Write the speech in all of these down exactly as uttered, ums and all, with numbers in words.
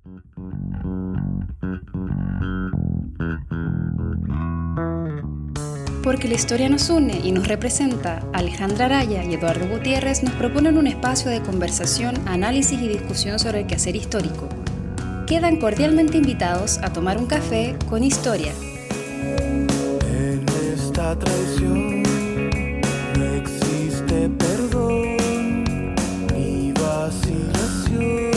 Porque la historia nos une y nos representa, Alejandra Araya y Eduardo Gutiérrez nos proponen un espacio de conversación, análisis y discusión sobre el quehacer histórico. Quedan cordialmente invitados a tomar un café con historia. En esta traición no existe perdón ni vacilación.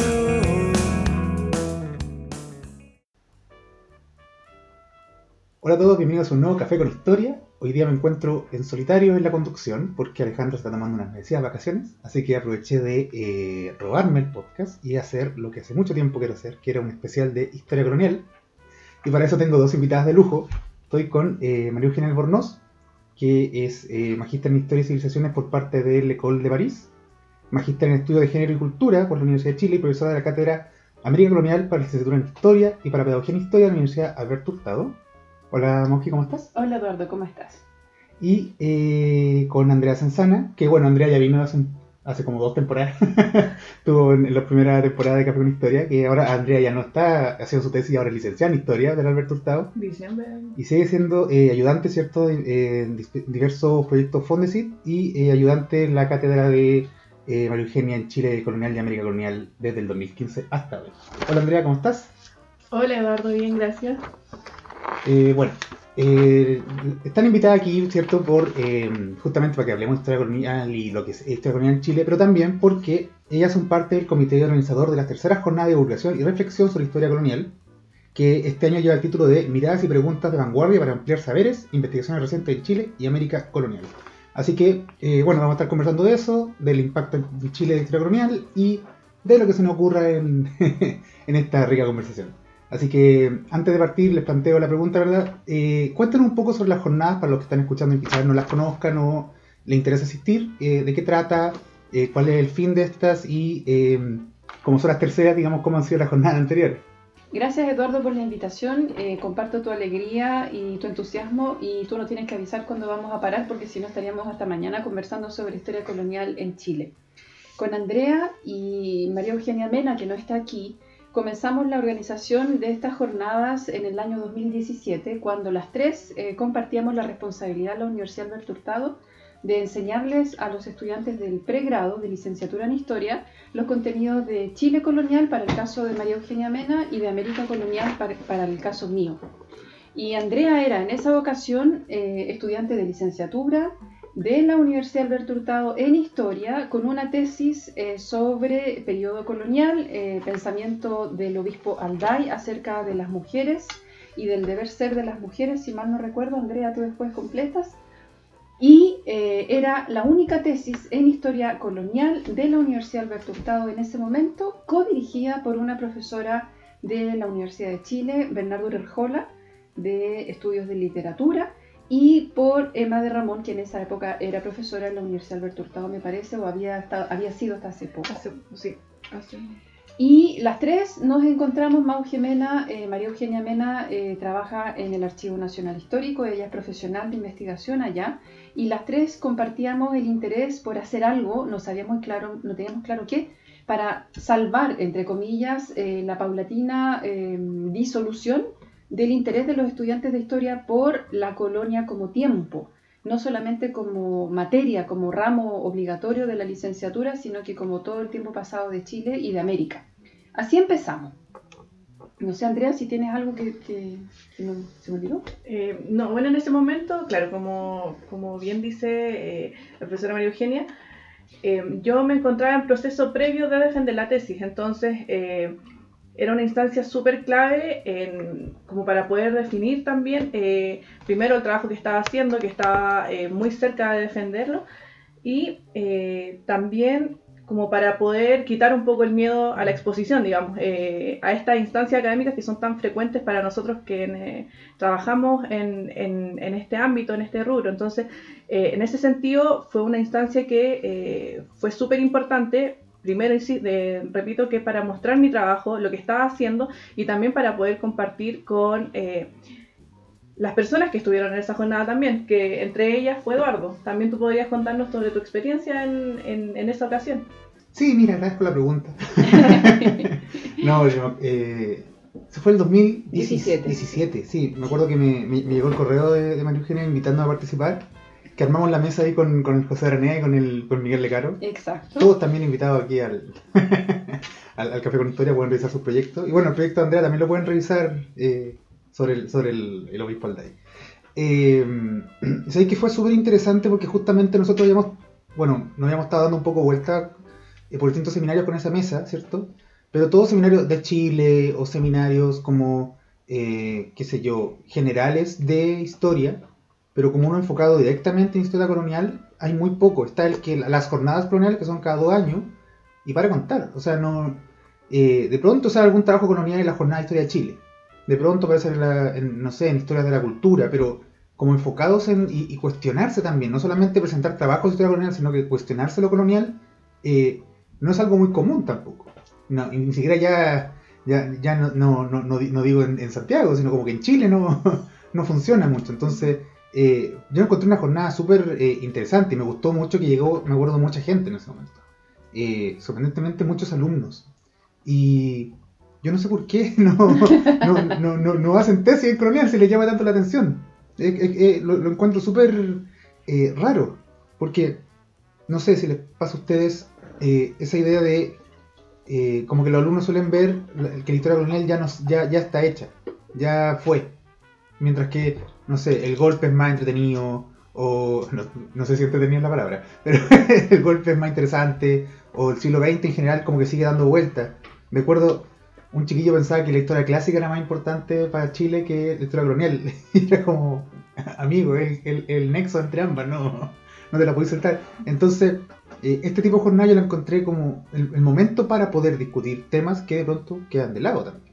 Hola a todos, bienvenidos a un nuevo Café con Historia. Hoy día me encuentro en solitario en la conducción porque Alejandro está tomando unas merecidas vacaciones, así que aproveché de eh, robarme el podcast y hacer lo que hace mucho tiempo quiero hacer, que era un especial de historia colonial. Y para eso tengo dos invitadas de lujo. Estoy con eh, María Eugenia Albornoz, que es eh, magíster en Historia y Civilizaciones por parte del École de París, magíster en Estudio de Género y Cultura por la Universidad de Chile y profesora de la cátedra América Colonial para la licenciatura en Historia y para Pedagogía en Historia de la Universidad Alberto Hurtado. Hola Moji, ¿cómo estás? Hola Eduardo, ¿cómo estás? Y eh, con Andrea Senzana, que bueno, Andrea ya vino hace, un, hace como dos temporadas, estuvo en, en la primera temporada de Café con Historia, que ahora Andrea ya no está haciendo su tesis, ahora es licenciada en Historia del Alberto Hurtado. Diciembre. Y sigue siendo eh, ayudante, ¿cierto?, eh, en diversos proyectos Fondesit y eh, ayudante en la cátedra de eh, María Eugenia en Chile Colonial y América Colonial desde el dos mil quince hasta hoy. Hola Andrea, ¿cómo estás? Hola Eduardo, bien, gracias. Eh, bueno, eh, están invitadas aquí, ¿cierto?, por eh, justamente para que hablemos de historia colonial y lo que es historia colonial en Chile, pero también porque ellas son parte del comité organizador de las terceras jornadas de divulgación y reflexión sobre historia colonial, que este año lleva el título de Miradas y preguntas de vanguardia para ampliar saberes, investigaciones recientes en Chile y América colonial. Así que, eh, bueno, vamos a estar conversando de eso, del impacto en Chile de historia colonial y de lo que se nos ocurra en, en esta rica conversación. Así que antes de partir les planteo la pregunta, ¿verdad? Eh, cuéntanos un poco sobre las jornadas para los que están escuchando y quizás no las conozcan o les interesa asistir. Eh, ¿De qué trata? Eh, ¿Cuál es el fin de estas? Y eh, como son las terceras, digamos, ¿cómo han sido las jornadas anteriores? Gracias Eduardo por la invitación, eh, comparto tu alegría y tu entusiasmo y tú no tienes que avisar cuando vamos a parar porque si no estaríamos hasta mañana conversando sobre historia colonial en Chile. Con Andrea y María Eugenia Mena, que no está aquí, comenzamos la organización de estas jornadas en el año dos mil diecisiete, cuando las tres eh, compartíamos la responsabilidad de la Universidad Alberto Hurtado de enseñarles a los estudiantes del pregrado de licenciatura en Historia los contenidos de Chile colonial para el caso de María Eugenia Mena y de América colonial para, para el caso mío. Y Andrea era en esa ocasión eh, estudiante de licenciatura de la Universidad Alberto Hurtado en Historia, con una tesis eh, sobre periodo colonial, eh, pensamiento del obispo Alday acerca de las mujeres y del deber ser de las mujeres, si mal no recuerdo, Andrea, tú después completas, y eh, era la única tesis en Historia colonial de la Universidad Alberto Hurtado en ese momento, codirigida por una profesora de la Universidad de Chile, Bernardo Urrejola, de Estudios de Literatura, y por Emma de Ramón, que en esa época era profesora en la Universidad Alberto Hurtado, me parece, o había, estado, había sido hasta hace poco. Hace, sí, hace... Y las tres nos encontramos, Mau Gemena, eh, María Eugenia Mena eh, trabaja en el Archivo Nacional Histórico, ella es profesional de investigación allá, y las tres compartíamos el interés por hacer algo, no sabíamos claro, no teníamos claro qué, para salvar, entre comillas, eh, la paulatina eh, disolución del interés de los estudiantes de historia por la colonia como tiempo, no solamente como materia, como ramo obligatorio de la licenciatura, sino que como todo el tiempo pasado de Chile y de América. Así empezamos. No sé, Andrea, si tienes algo que, que, que no se me olvidó. Eh, no, bueno, en ese momento, claro, como, como bien dice eh, la profesora María Eugenia, eh, yo me encontraba en proceso previo de defender la tesis, entonces... Eh, Era una instancia súper clave en, como para poder definir también, eh, primero el trabajo que estaba haciendo, que estaba eh, muy cerca de defenderlo, y eh, también como para poder quitar un poco el miedo a la exposición, digamos, eh, a estas instancias académicas que son tan frecuentes para nosotros que eh, trabajamos en, en, en este ámbito, en este rubro. Entonces, eh, en ese sentido, fue una instancia que eh, fue súper importante. Primero, de, repito, que para mostrar mi trabajo, lo que estaba haciendo y también para poder compartir con eh, las personas que estuvieron en esa jornada también, que entre ellas fue Eduardo. También tú podrías contarnos sobre tu experiencia en, en, en esa ocasión. Sí, mira, gracias por la pregunta. No, yo, eh, se fue el dos mil diecisiete. diecisiete, sí. Me acuerdo que me, me, me llegó el correo de, de María Eugenia invitándome a participar. Que armamos la mesa ahí con, con el José Aranea y con, el, con Miguel Lecaro. Exacto. Todos también invitados aquí al, al, al Café con Historia, pueden revisar sus proyectos. Y bueno, el proyecto de Andrea también lo pueden revisar eh, sobre, el, sobre el, el obispo Alday. Eh, ¿Sabéis que fue súper interesante? Porque justamente nosotros habíamos, bueno, nos habíamos estado dando un poco vuelta eh, por distintos seminarios con esa mesa, ¿cierto? Pero todos seminarios de Chile o seminarios como, eh, qué sé yo, generales de historia, pero como uno enfocado directamente en historia colonial, hay muy poco. Está el que las jornadas coloniales, que son cada dos años, y para contar. O sea, no eh, de pronto sale algún trabajo colonial en la jornada de historia de Chile. De pronto aparece, en la, en, no sé, en historias de la cultura, pero como enfocados en y, y cuestionarse también. No solamente presentar trabajos de historia colonial, sino que cuestionarse lo colonial eh, no es algo muy común tampoco. No, y ni siquiera ya, ya, ya no, no, no, no, no digo en, en Santiago, sino como que en Chile no, no funciona mucho. Entonces... Eh, yo encontré una jornada súper eh, interesante y me gustó mucho que llegó, me acuerdo, mucha gente en ese momento. Eh, sorprendentemente muchos alumnos. Y yo no sé por qué no, no, no, no, no hacen tesis en colonial si les llama tanto la atención. Eh, eh, eh, lo, lo encuentro súper eh, raro. Porque, no sé si les pasa a ustedes eh, esa idea de eh, como que los alumnos suelen ver que la historia colonial ya, nos, ya, ya está hecha, ya fue. Mientras que, no sé, el golpe es más entretenido, o no, no sé si entretenido es la palabra, pero el golpe es más interesante, o el siglo veinte en general como que sigue dando vueltas. Me acuerdo, un chiquillo pensaba que la historia clásica era más importante para Chile que la historia colonial. Y era como, amigo, el, el, el nexo entre ambas, no, no te la podéis saltar. Entonces, eh, este tipo de jornada yo la encontré como el, el momento para poder discutir temas que de pronto quedan de lado también.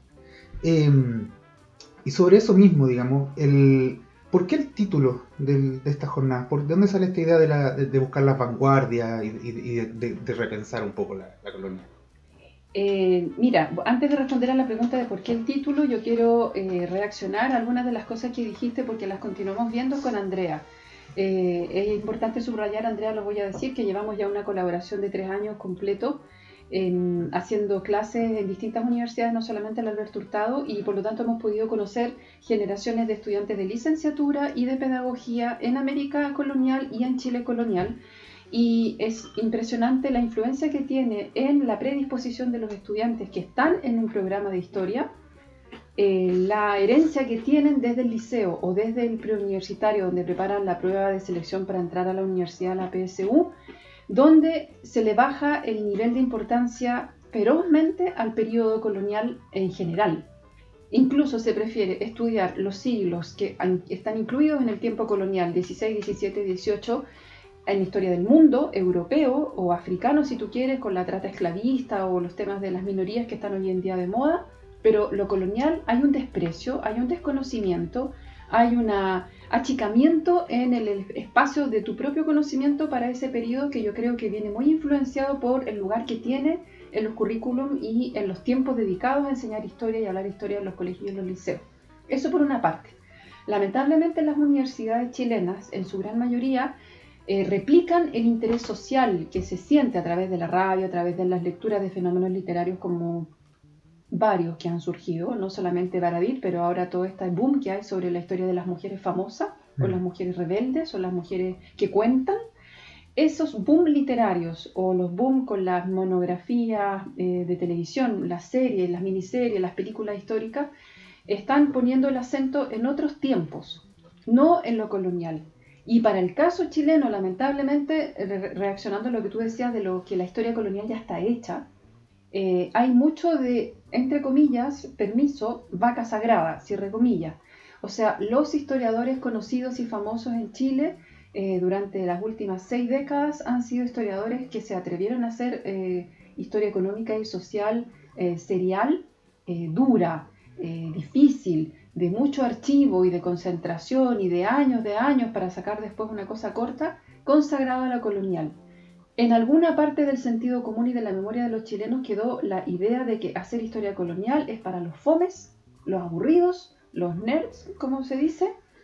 Eh, Y sobre eso mismo, digamos, el ¿por qué el título del, de esta jornada? ¿Por de dónde sale esta idea de, la, de, de buscar las vanguardias y, y, y de, de, de repensar un poco la, la colonia? Eh, mira, antes de responder a la pregunta de por qué el título, yo quiero eh, reaccionar a algunas de las cosas que dijiste porque las continuamos viendo con Andrea. Eh, es importante subrayar, Andrea, lo voy a decir, que llevamos ya una colaboración de tres años completo En, haciendo clases en distintas universidades, no solamente en Alberto Hurtado, y por lo tanto hemos podido conocer generaciones de estudiantes de licenciatura y de pedagogía en América colonial y en Chile colonial, y es impresionante la influencia que tiene en la predisposición de los estudiantes que están en un programa de historia, eh, la herencia que tienen desde el liceo o desde el preuniversitario, donde preparan la prueba de selección para entrar a la universidad, la P S U, donde se le baja el nivel de importancia ferozmente al periodo colonial en general. Incluso se prefiere estudiar los siglos que están incluidos en el tiempo colonial, dieciséis, diecisiete, dieciocho, en historia del mundo, europeo o africano si tú quieres, con la trata esclavista o los temas de las minorías que están hoy en día de moda, pero lo colonial hay un desprecio, hay un desconocimiento, hay un achicamiento en el espacio de tu propio conocimiento para ese periodo que yo creo que viene muy influenciado por el lugar que tiene en los currículum y en los tiempos dedicados a enseñar historia y hablar historia en los colegios y en los liceos. Eso por una parte. Lamentablemente las universidades chilenas, en su gran mayoría, eh, replican el interés social que se siente a través de la radio, a través de las lecturas de fenómenos literarios como varios que han surgido, no solamente Baradit, pero ahora todo este boom que hay sobre la historia de las mujeres famosas, mm. o las mujeres rebeldes, o las mujeres que cuentan. Esos boom literarios, o los boom con las monografías eh, de televisión, las series, las miniseries, las películas históricas, están poniendo el acento en otros tiempos, no en lo colonial. Y para el caso chileno, lamentablemente, re- reaccionando a lo que tú decías de lo que la historia colonial ya está hecha, Eh, hay mucho de, entre comillas, permiso, vaca sagrada, cierre comillas. O sea, los historiadores conocidos y famosos en Chile eh, durante las últimas seis décadas han sido historiadores que se atrevieron a hacer eh, historia económica y social eh, serial, eh, dura, eh, difícil, de mucho archivo y de concentración y de años de años para sacar después una cosa corta, consagrado a la colonial. En alguna parte del sentido común y de la memoria de los chilenos quedó la idea de que hacer historia colonial es para los fomes, los aburridos, los nerds, como se dice,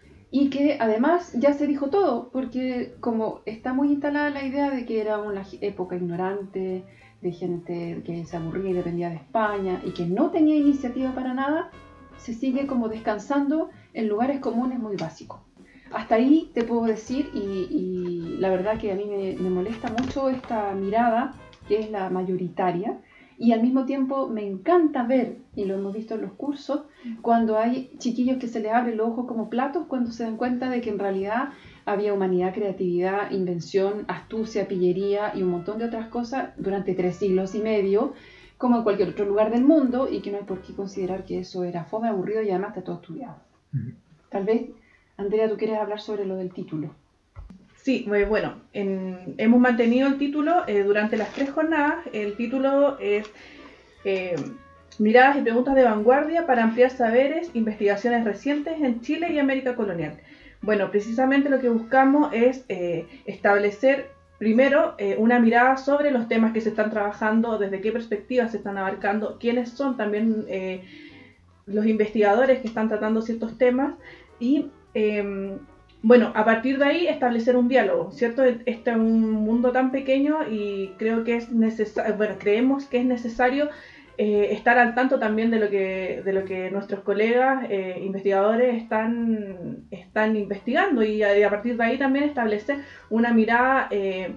y que además ya se dijo todo, porque como está muy instalada la idea de que era una época ignorante, de gente que se aburría y dependía de España y que no tenía iniciativa para nada, se sigue como descansando en lugares comunes muy básicos. Hasta ahí te puedo decir, y, y la verdad que a mí me, me molesta mucho esta mirada, que es la mayoritaria, y al mismo tiempo me encanta ver, y lo hemos visto en los cursos, cuando hay chiquillos que se les abren los ojos como platos cuando se dan cuenta de que en realidad había humanidad, creatividad, invención, astucia, pillería y un montón de otras cosas durante tres siglos y medio, como en cualquier otro lugar del mundo, y que no hay por qué considerar que eso era fome, aburrido y además está todo estudiado. Uh-huh. Tal vez, Andrea, tú quieres hablar sobre lo del título. Sí, bueno, en, hemos mantenido el título eh, durante las tres jornadas. El título es eh, Miradas y preguntas de vanguardia para ampliar saberes, investigaciones recientes en Chile y América colonial. Bueno, precisamente lo que buscamos es eh, establecer primero eh, una mirada sobre los temas que se están trabajando, desde qué perspectivas se están abarcando, quiénes son también eh, los investigadores que están tratando ciertos temas y... Eh, Bueno, a partir de ahí establecer un diálogo, ¿cierto? Este es un mundo tan pequeño y creo que es necesario, bueno, creemos que es necesario eh, estar al tanto también de lo que, de lo que nuestros colegas eh, investigadores están, están investigando y a, y a partir de ahí también establecer una mirada eh,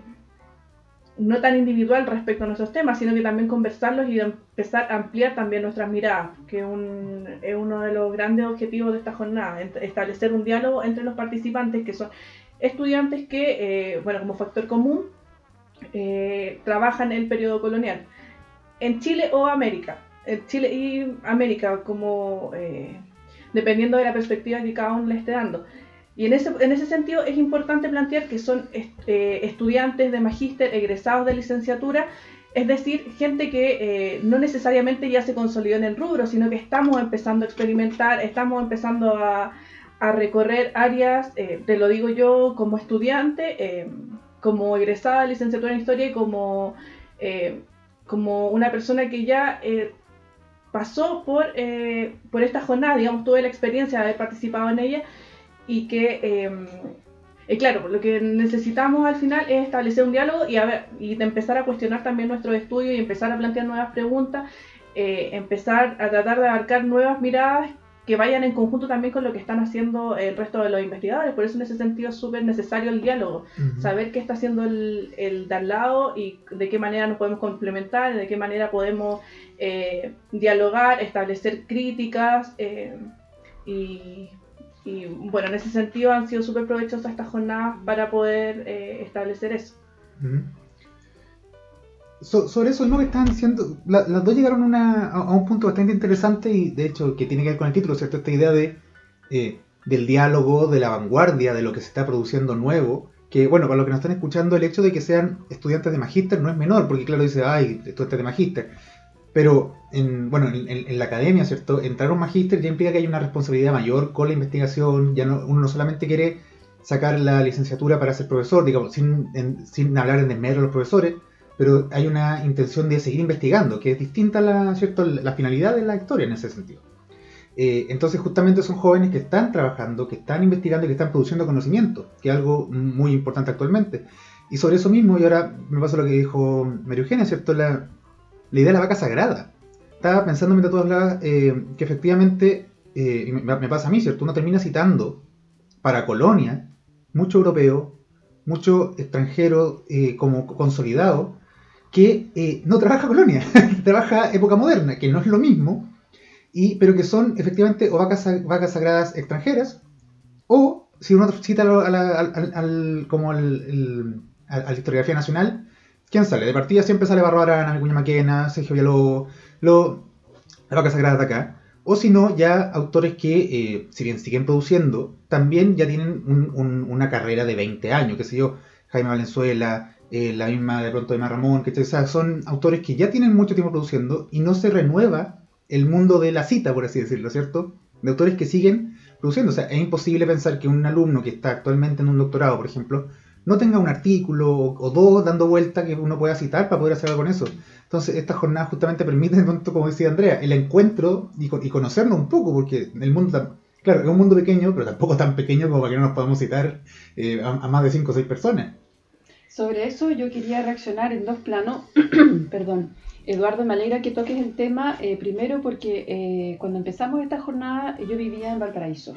no tan individual respecto a nuestros temas, sino que también conversarlos y empezar a ampliar también nuestras miradas, que un, es uno de los grandes objetivos de esta jornada, establecer un diálogo entre los participantes, que son estudiantes que, eh, bueno, como factor común, eh, trabajan el periodo colonial, en Chile o América, en Chile y América, como eh, dependiendo de la perspectiva que cada uno le esté dando. Y en ese, en ese sentido es importante plantear que son eh, estudiantes de magíster, egresados de licenciatura, es decir, gente que eh, no necesariamente ya se consolidó en el rubro, sino que estamos empezando a experimentar, estamos empezando a, a recorrer áreas, eh, te lo digo yo como estudiante, eh, como egresada de licenciatura en Historia y como, eh, como una persona que ya... Eh, pasó por, eh, por esta jornada, digamos, tuve la experiencia de haber participado en ella, y que, eh, eh, claro, lo que necesitamos al final es establecer un diálogo y, a ver, y de empezar a cuestionar también nuestros estudios y empezar a plantear nuevas preguntas, eh, empezar a tratar de abarcar nuevas miradas que vayan en conjunto también con lo que están haciendo el resto de los investigadores. Por eso en ese sentido es súper necesario el diálogo, uh-huh. Saber qué está haciendo el, el de al lado y de qué manera nos podemos complementar, de qué manera podemos eh, dialogar, establecer críticas eh, y... Y bueno, en ese sentido han sido súper provechosas estas jornadas para poder eh, establecer eso. Uh-huh. So, sobre eso mismo que estaban diciendo, la, las dos llegaron una, a, a un punto bastante interesante y de hecho que tiene que ver con el título, ¿cierto? Esta idea de eh, del diálogo, de la vanguardia, de lo que se está produciendo nuevo, que bueno, para los que nos están escuchando, el hecho de que sean estudiantes de magíster no es menor, porque claro, dice, ay, estudiantes de magíster. Pero, en, bueno, en, en la academia, ¿cierto? Entrar a un magíster ya implica que hay una responsabilidad mayor con la investigación. Ya no, uno no solamente quiere sacar la licenciatura para ser profesor, digamos, sin, en, sin hablar en desmedro de los profesores, pero hay una intención de seguir investigando, que es distinta a la, ¿cierto? la finalidad de la historia en ese sentido. Eh, entonces, justamente son jóvenes que están trabajando, que están investigando y que están produciendo conocimiento, que es algo muy importante actualmente. Y sobre eso mismo, y ahora me pasa lo que dijo María Eugenia, ¿cierto? La, La idea de la vaca sagrada. Estaba pensando mientras tú hablabas eh, que efectivamente, eh, me, me pasa a mí, ¿cierto? Uno termina citando para Colonia mucho europeo, mucho extranjero eh, como consolidado, que eh, no trabaja Colonia, trabaja época moderna, que no es lo mismo, y, pero que son efectivamente o vacas, vacas sagradas extranjeras, o si uno cita a la, al, al, como al, el, a la historiografía nacional, ¿quién sale? De partida siempre sale Barbarana, Vicuña Maquena, Sergio Villalobos, lo, la vaca sagrada de acá. O si no, ya autores que, eh, si bien siguen produciendo, también ya tienen un, un, una carrera de veinte años, qué sé yo, Jaime Valenzuela, eh, la misma de pronto de Emma Ramón, que o sea, son autores que ya tienen mucho tiempo produciendo y no se renueva el mundo de la cita, por así decirlo, ¿cierto? De autores que siguen produciendo. O sea, es imposible pensar que un alumno que está actualmente en un doctorado, por ejemplo, no tenga un artículo o dos dando vuelta que uno pueda citar para poder hacer algo con eso. Entonces, estas jornadas justamente permiten, como decía Andrea, el encuentro y, y conocernos un poco, porque el mundo, claro, es un mundo pequeño, pero tampoco tan pequeño como para que no nos podamos citar eh, a, a más de cinco o seis personas. Sobre eso yo quería reaccionar en dos planos. Perdón. Eduardo, me alegra que toques el tema, eh, primero porque eh, cuando empezamos esta jornada yo vivía en Valparaíso.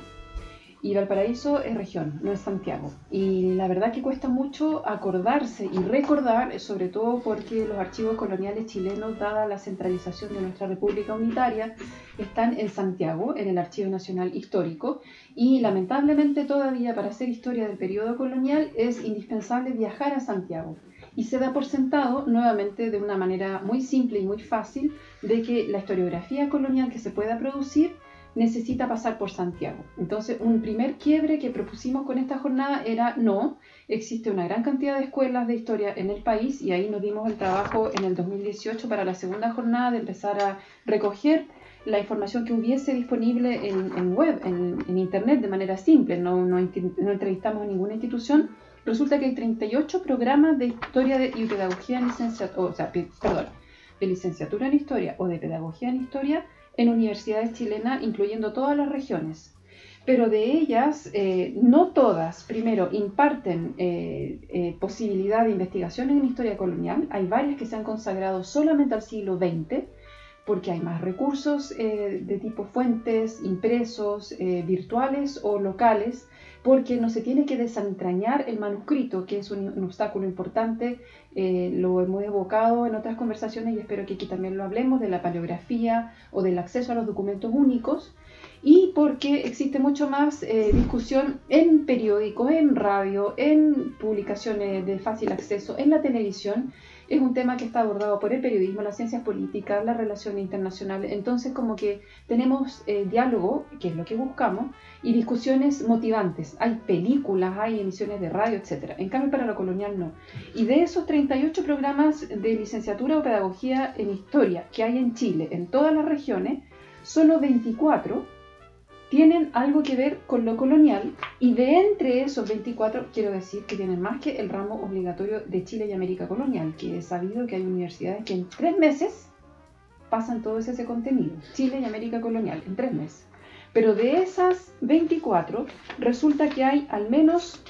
Y Valparaíso es región, no es Santiago. Y la verdad que cuesta mucho acordarse y recordar, sobre todo porque los archivos coloniales chilenos, dada la centralización de nuestra República Unitaria, están en Santiago, en el Archivo Nacional Histórico. Y lamentablemente todavía para hacer historia del periodo colonial es indispensable viajar a Santiago. Y se da por sentado, nuevamente de una manera muy simple y muy fácil, de que la historiografía colonial que se pueda producir necesita pasar por Santiago. Entonces, un primer quiebre que propusimos con esta jornada era no, existe una gran cantidad de escuelas de historia en el país y ahí nos dimos el trabajo en el dos mil dieciocho para la segunda jornada de empezar a recoger la información que hubiese disponible en, en web, en, en internet de manera simple, no, no, no entrevistamos a ninguna institución. Resulta que hay treinta y ocho programas de historia de, y pedagogía en licenciatura, o sea, perdón, de licenciatura en historia o de pedagogía en historia en universidades chilenas, incluyendo todas las regiones. Pero de ellas, eh, no todas, primero, imparten eh, eh, posibilidad de investigación en historia colonial. Hay varias que se han consagrado solamente al siglo veinte, porque hay más recursos eh, de tipo fuentes, impresos, eh, virtuales o locales, porque no se tiene que desentrañar el manuscrito, que es un, un obstáculo importante. Eh, lo hemos evocado en otras conversaciones y espero que aquí también lo hablemos, de la paleografía o del acceso a los documentos únicos, y porque existe mucho más eh, discusión en periódicos, en radio, en publicaciones de fácil acceso, en la televisión. Es un tema que está abordado por el periodismo, las ciencias políticas, las relaciones internacionales. Entonces, como que tenemos eh, diálogo, que es lo que buscamos, y discusiones motivantes. Hay películas, hay emisiones de radio, etcétera. En cambio, para lo colonial no. Y de esos treinta y ocho programas de licenciatura o pedagogía en historia que hay en Chile, en todas las regiones, solo veinticuatro tienen algo que ver con lo colonial, y de entre esos veinticuatro quiero decir que tienen más que el ramo obligatorio de Chile y América colonial, que he sabido que hay universidades que en tres meses pasan todo ese contenido, Chile y América colonial, en tres meses. Pero de esas veinticuatro resulta que hay al menos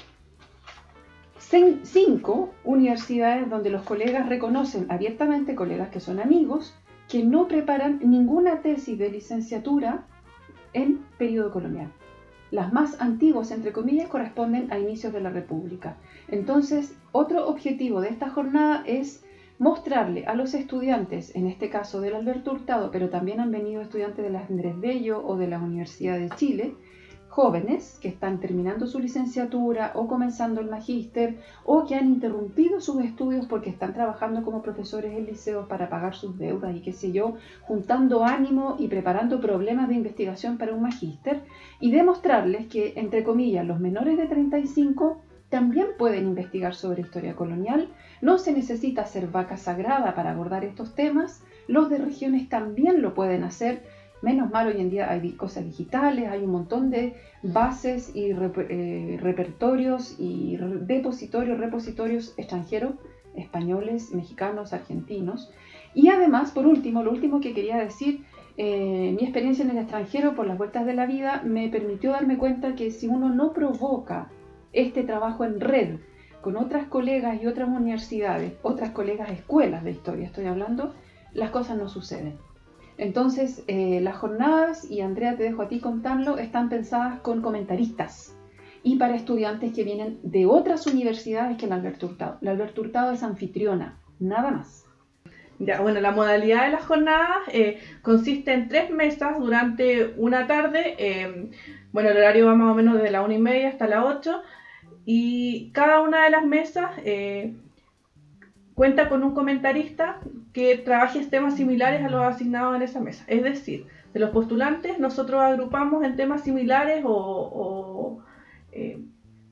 cinco universidades donde los colegas reconocen abiertamente, colegas que son amigos, que no preparan ninguna tesis de licenciatura en periodo colonial. Las más antiguas, entre comillas, corresponden a inicios de la República. Entonces, otro objetivo de esta jornada es mostrarle a los estudiantes, en este caso del Alberto Hurtado, pero también han venido estudiantes de la Andrés Bello o de la Universidad de Chile, jóvenes que están terminando su licenciatura o comenzando el magíster, o que han interrumpido sus estudios porque están trabajando como profesores en liceos para pagar sus deudas y qué sé yo, juntando ánimo y preparando problemas de investigación para un magíster, y demostrarles que, entre comillas, los menores de treinta y cinco también pueden investigar sobre historia colonial. No se necesita ser vaca sagrada para abordar estos temas, los de regiones también lo pueden hacer. Menos mal, hoy en día hay cosas digitales, hay un montón de bases y rep- eh, repertorios y re- depositorios, repositorios extranjeros, españoles, mexicanos, argentinos. Y además, por último, lo último que quería decir, eh, mi experiencia en el extranjero por las vueltas de la vida me permitió darme cuenta que si uno no provoca este trabajo en red con otras colegas y otras universidades, otras colegas escuelas de historia, estoy hablando, las cosas no suceden. Entonces, eh, las jornadas, y Andrea, te dejo a ti contarlo, están pensadas con comentaristas y para estudiantes que vienen de otras universidades que el Alberto Hurtado. La Alberto Hurtado es anfitriona, nada más. Ya, bueno, la modalidad de las jornadas eh, consiste en tres mesas durante una tarde. Eh, bueno, el horario va más o menos desde la una y media hasta las ocho, y cada una de las mesas eh, cuenta con un comentarista que trabaje temas similares a los asignados en esa mesa. Es decir, de los postulantes nosotros agrupamos en temas similares o, o, eh,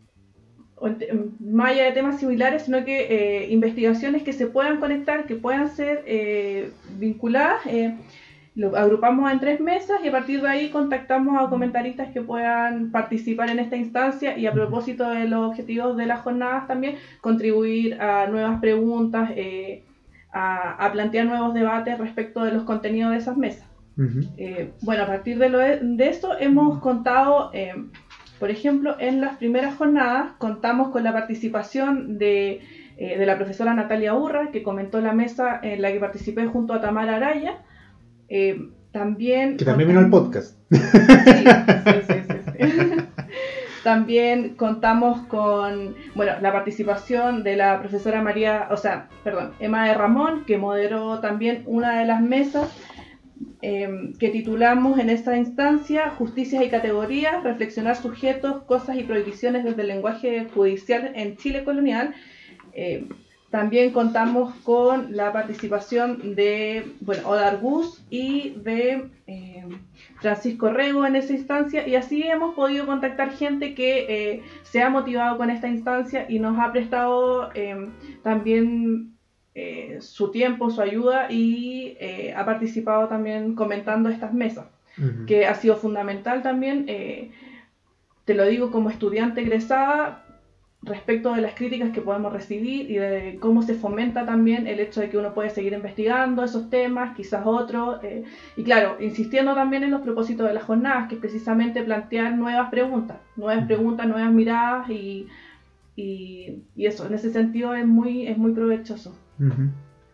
o en te- más allá de temas similares, sino que eh, investigaciones que se puedan conectar, que puedan ser eh, vinculadas. Eh, lo agrupamos en tres mesas y a partir de ahí contactamos a comentaristas que puedan participar en esta instancia, y a propósito de los objetivos de las jornadas también contribuir a nuevas preguntas, eh, a, a plantear nuevos debates respecto de los contenidos de esas mesas. Uh-huh. Eh, bueno, a partir de, lo de, de esto hemos contado, eh, por ejemplo, en las primeras jornadas contamos con la participación de eh, de la profesora Natalia Urra, que comentó la mesa en la que participé junto a Tamara Araya. Eh, también que también vino al podcast. Sí, sí, sí, sí, sí. También contamos con, bueno, la participación de la profesora María, o sea, perdón, Emma de Ramón, que moderó también una de las mesas eh, que titulamos en esta instancia Justicias y Categorías, reflexionar sujetos, cosas y prohibiciones desde el lenguaje judicial en Chile colonial. Eh, también contamos con la participación de, bueno, Oda Argús y de eh, Francisco Rego en esa instancia, y así hemos podido contactar gente que eh, se ha motivado con esta instancia y nos ha prestado eh, también eh, su tiempo, su ayuda, y eh, ha participado también comentando estas mesas, uh-huh. que ha sido fundamental también, eh, te lo digo como estudiante egresada, respecto de las críticas que podemos recibir y de cómo se fomenta también el hecho de que uno puede seguir investigando esos temas, quizás otros, eh, y claro, insistiendo también en los propósitos de las jornadas, que es precisamente plantear nuevas preguntas, nuevas preguntas, nuevas miradas, y, y, y eso, en ese sentido es muy, es muy provechoso. Uh-huh.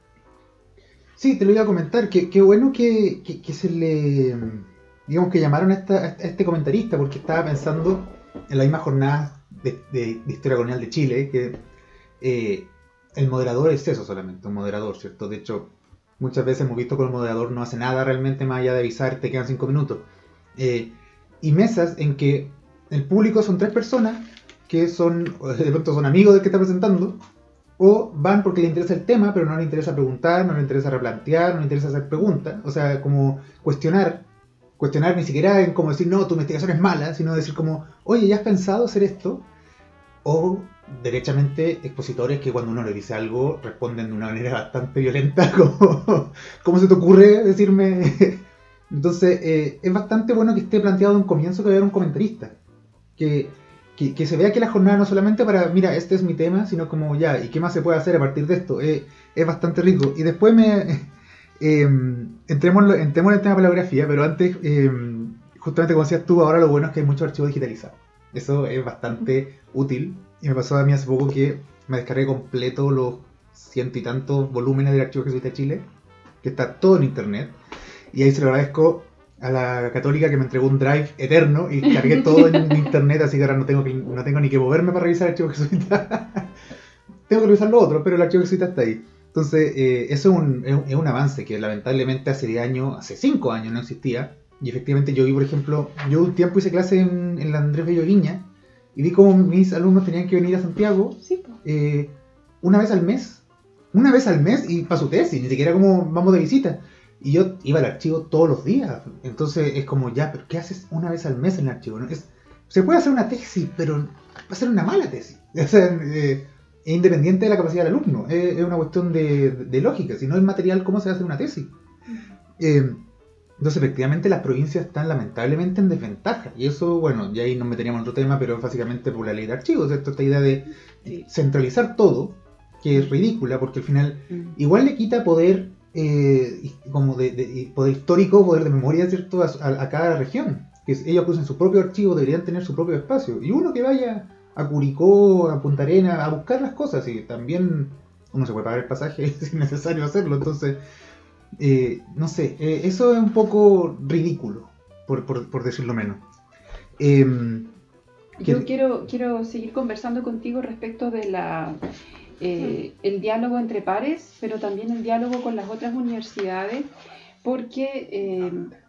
Sí, te lo iba a comentar, que qué bueno que, que, que se le, digamos que llamaron a, esta, a este comentarista, porque estaba pensando en la misma jornada De, de, de Historia Colonial de Chile, que eh, el moderador es eso solamente, un moderador, ¿cierto? De hecho, muchas veces hemos visto que el moderador no hace nada realmente más allá de avisar, te quedan cinco minutos. Eh, y mesas en que el público son tres personas que son, de pronto son amigos del que está presentando, o van porque les interesa el tema, pero no les interesa preguntar, no les interesa replantear, no les interesa hacer preguntas, o sea, como cuestionar. Cuestionar ni siquiera en como decir, no, tu investigación es mala, sino decir como, oye, ¿ya has pensado hacer esto? O, derechamente, expositores que cuando uno le dice algo responden de una manera bastante violenta, como, ¿cómo se te ocurre decirme? Entonces, eh, es bastante bueno que esté planteado de un comienzo que va a haber un comentarista. Que, que, que se vea que la jornada no solamente para, mira, este es mi tema, sino como, ya, ¿y qué más se puede hacer a partir de esto? Eh, es bastante rico. Y después me... Eh, entremos, entremos en el tema de palabografía, pero antes, eh, justamente como decías tú, ahora lo bueno es que hay muchos archivos digitalizados. Eso es bastante útil, y me pasó a mí hace poco que me descargué completo los ciento y tantos volúmenes del Archivo Jesuita de Chile, que está todo en internet, y ahí se lo agradezco a la Católica que me entregó un drive eterno y cargué todo en internet, así que ahora no tengo, que, no tengo ni que moverme para revisar el Archivo Jesuita. Tengo que revisar lo otro, pero el Archivo Jesuita está ahí. Entonces, eh, eso es un, es, un, es un avance que lamentablemente hace diez años, hace cinco años no existía. Y efectivamente yo vi, por ejemplo, yo un tiempo hice clase en, en la Andrés Bello Viña y vi cómo mis alumnos tenían que venir a Santiago sí, eh, una vez al mes. Una vez al mes y para su tesis, ni siquiera como vamos de visita. Y yo iba al archivo todos los días. Entonces es como, ya, pero ¿qué haces una vez al mes en el archivo? ¿No? Es, se puede hacer una tesis, pero va a ser una mala tesis. O sea, eh, es independiente de la capacidad del alumno, es, es una cuestión de, de lógica. Si no hay material, ¿cómo se hace una tesis? Eh, entonces, efectivamente, las provincias están lamentablemente en desventaja. Y eso, bueno, ya ahí nos meteríamos en otro tema, pero básicamente por la ley de archivos, ¿cierto? Esta idea de sí. centralizar todo, que es ridícula, porque al final igual le quita poder, eh, como de, de poder histórico, poder de memoria, ¿cierto? A, a, a cada región. Que ellos usen su propio archivo, deberían tener su propio espacio. Y uno que vaya a Curicó, a Punta Arenas, a buscar las cosas, y también uno se puede pagar el pasaje si es necesario hacerlo. Entonces, eh, no sé, eh, eso es un poco ridículo, por, por, por decirlo menos. Eh, Yo que... quiero, quiero seguir conversando contigo respecto de la eh, el diálogo entre pares, pero también el diálogo con las otras universidades, porque eh,